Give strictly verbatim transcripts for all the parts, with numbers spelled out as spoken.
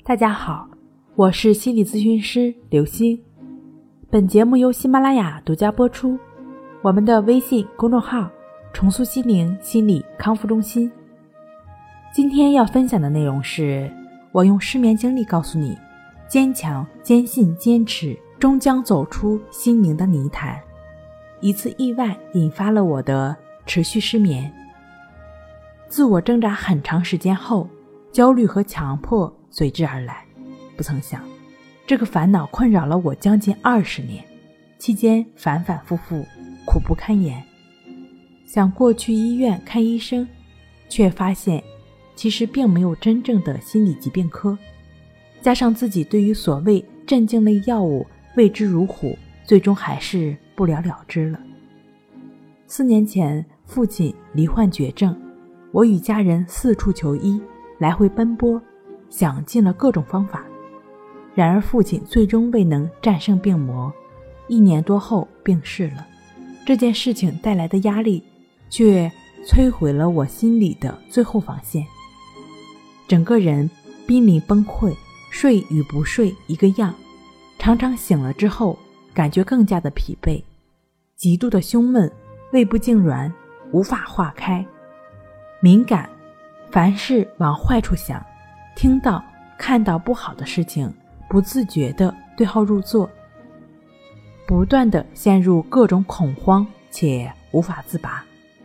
大家好，我是心理咨询师刘星。本节目由喜马拉雅独家播出。我们的微信公众号重塑心灵心理康复中心。今天要分享的内容是，我用失眠经历告诉你，坚强、坚信、坚持，终将走出心灵的泥潭。一次意外引发了我的持续失眠。自我挣扎很长时间后，焦虑和强迫随之而来。不曾想，这个烦恼困扰了我将近二十年，期间反反复复，苦不堪言。想过去医院看医生，却发现其实并没有真正的心理疾病科，加上自己对于所谓镇静类药物畏之如虎，最终还是不了了之了。四年前父亲罹患绝症，我与家人四处求医，来回奔波，想尽了各种方法。然而父亲最终未能战胜病魔，一年多后病逝了。这件事情带来的压力却摧毁了我心里的最后防线，整个人濒临崩溃，睡与不睡一个样，常常醒了之后感觉更加的疲惫，极度的胸闷，胃部痉挛，无法化开，敏感，凡事往坏处想，听到看到不好的事情不自觉地对号入座，不断地陷入各种恐慌且无法自拔。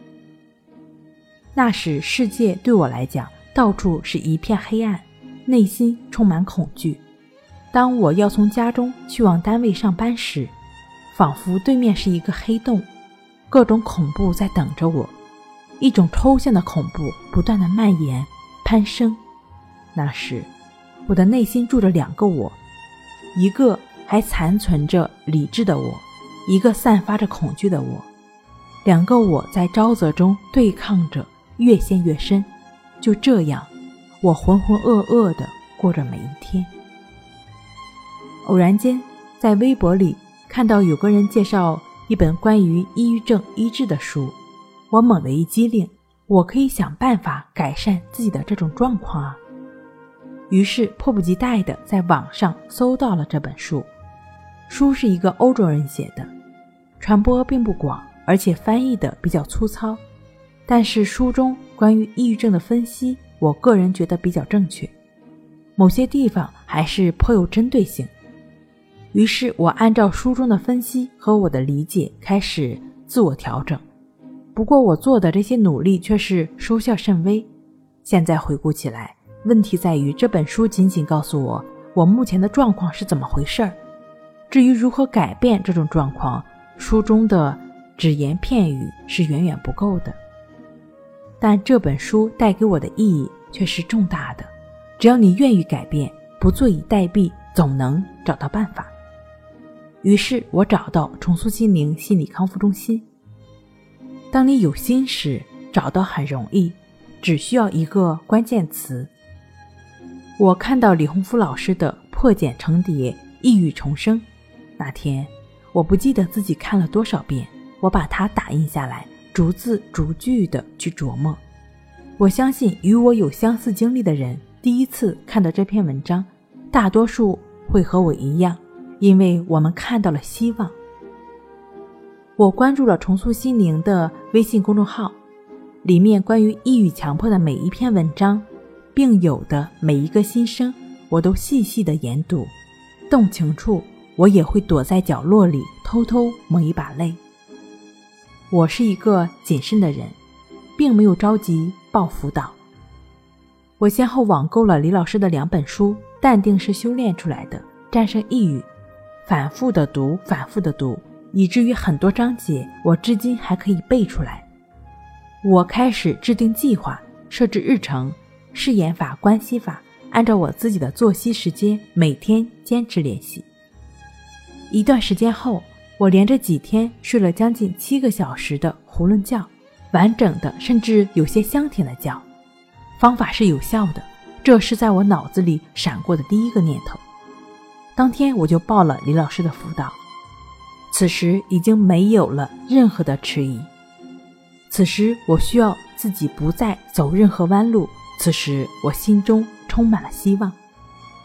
那时世界对我来讲到处是一片黑暗，内心充满恐惧。当我要从家中去往单位上班时，仿佛对面是一个黑洞，各种恐怖在等着我，一种抽象的恐怖不断地蔓延攀升。那时我的内心住着两个我，一个还残存着理智的我，一个散发着恐惧的我。两个我在沼泽中对抗着，越陷越深。就这样，我浑浑噩噩地过着每一天。偶然间在微博里看到有个人介绍一本关于抑郁症医治的书，我猛地一激灵，我可以想办法改善自己的这种状况啊！于是迫不及待地在网上搜到了这本书。书是一个欧洲人写的，传播并不广，而且翻译的比较粗糙，但是书中关于抑郁症的分析，我个人觉得比较正确，某些地方还是颇有针对性。于是我按照书中的分析和我的理解开始自我调整，不过我做的这些努力却是收效甚微。现在回顾起来，问题在于这本书仅仅告诉我我目前的状况是怎么回事儿，至于如何改变这种状况，书中的只言片语是远远不够的。但这本书带给我的意义却是重大的，只要你愿意改变，不坐以待毙，总能找到办法。于是我找到重塑心灵心理康复中心。当你有心时，找到很容易，只需要一个关键词。我看到李洪福老师的破茧成蝶，抑郁重生，那天我不记得自己看了多少遍，我把它打印下来，逐字逐句地去琢磨。我相信与我有相似经历的人，第一次看到这篇文章，大多数会和我一样，因为我们看到了希望。我关注了重塑心灵的微信公众号，里面关于抑郁强迫的每一篇文章，并有的每一个心声，我都细细的研读，动情处我也会躲在角落里偷偷抹一把泪。我是一个谨慎的人，并没有着急报辅导。我先后网购了李老师的两本书，淡定是修炼出来的，战胜抑郁，反复的读反复的读，以至于很多章节我至今还可以背出来。我开始制定计划，设置日程，试验法关系法，按照我自己的作息时间每天坚持练习。一段时间后，我连着几天睡了将近七个小时的囫囵觉，完整的甚至有些香甜的觉。方法是有效的，这是在我脑子里闪过的第一个念头。当天我就报了李老师的辅导，此时已经没有了任何的迟疑。此时我需要自己不再走任何弯路，此时我心中充满了希望。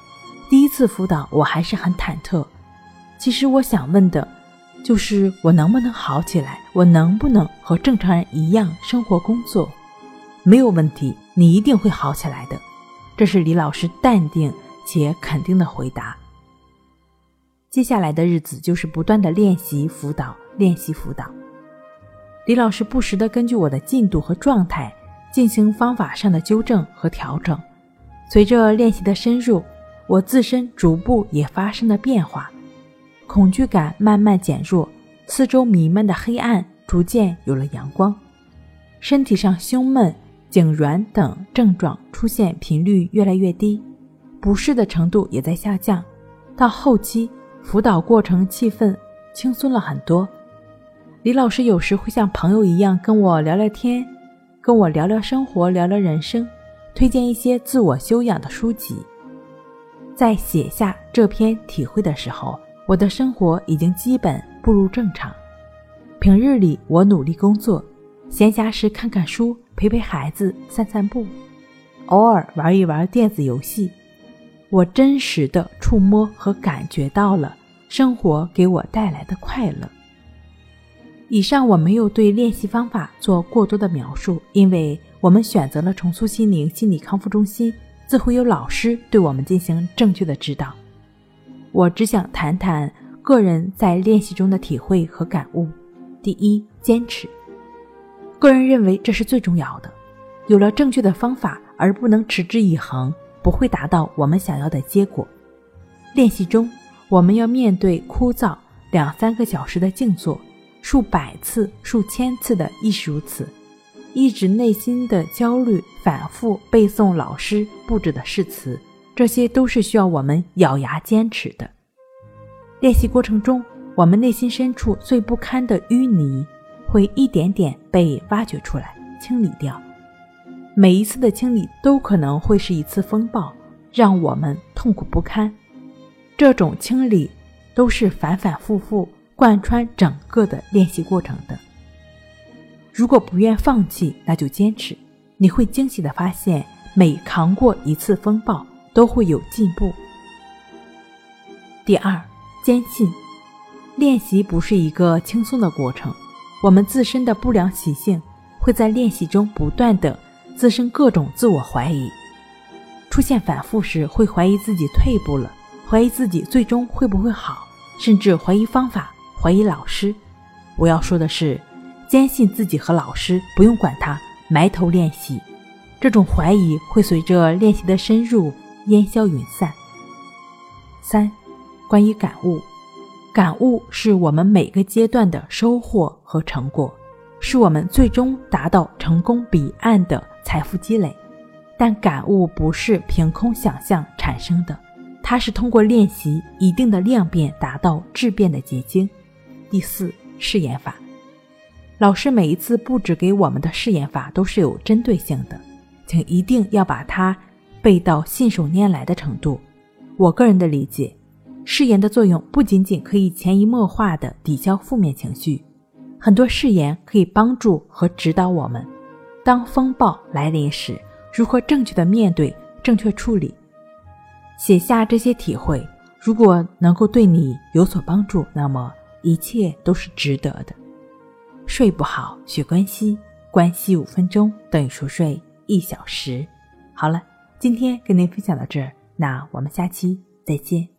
第一次辅导我还是很忐忑，其实我想问的就是我能不能好起来，我能不能和正常人一样生活工作。没有问题，你一定会好起来的，这是李老师淡定且肯定的回答。接下来的日子就是不断的练习辅导，练习辅导。李老师不时地根据我的进度和状态进行方法上的纠正和调整。随着练习的深入，我自身逐步也发生了变化，恐惧感慢慢减弱，四周弥漫的黑暗逐渐有了阳光，身体上胸闷、颈软等症状出现频率越来越低，不适的程度也在下降。到后期，辅导过程气氛轻松了很多。李老师有时会像朋友一样跟我聊聊天，跟我聊聊生活，聊聊人生，推荐一些自我修养的书籍。在写下这篇体会的时候，我的生活已经基本步入正常。平日里我努力工作，闲暇时看看书，陪陪孩子，散散步，偶尔玩一玩电子游戏。我真实地触摸和感觉到了生活给我带来的快乐。以上我没有对练习方法做过多的描述，因为我们选择了重塑心灵心理康复中心，自会有老师对我们进行正确的指导。我只想谈谈个人在练习中的体会和感悟。第一，坚持。个人认为这是最重要的。有了正确的方法而不能持之以恒，不会达到我们想要的结果。练习中，我们要面对枯燥两三个小时的静坐，数百次、数千次的亦是如此，抑制内心的焦虑，反复背诵老师布置的誓词，这些都是需要我们咬牙坚持的。练习过程中，我们内心深处最不堪的淤泥会一点点被挖掘出来，清理掉。每一次的清理都可能会是一次风暴，让我们痛苦不堪。这种清理都是反反复复贯穿整个的练习过程的。如果不愿放弃，那就坚持，你会惊喜地发现，每扛过一次风暴都会有进步。第二，坚信。练习不是一个轻松的过程，我们自身的不良习性会在练习中不断地滋生各种自我怀疑，出现反复时会怀疑自己退步了，怀疑自己最终会不会好，甚至怀疑方法，怀疑老师。我要说的是，坚信自己和老师，不用管他，埋头练习。这种怀疑会随着练习的深入烟消云散。三，关于感悟。感悟是我们每个阶段的收获和成果，是我们最终达到成功彼岸的财富积累。但感悟不是凭空想象产生的，它是通过练习一定的量变达到质变的结晶。第四，试验法。老师每一次布置给我们的试验法都是有针对性的，请一定要把它背到信手拈来的程度。我个人的理解，誓言的作用不仅仅可以潜移默化地抵消负面情绪，很多誓言可以帮助和指导我们，当风暴来临时，如何正确的面对，正确处理。写下这些体会，如果能够对你有所帮助，那么一切都是值得的。睡不好学关息，关息五分钟等于熟睡一小时。好了，今天跟您分享到这儿，那我们下期再见。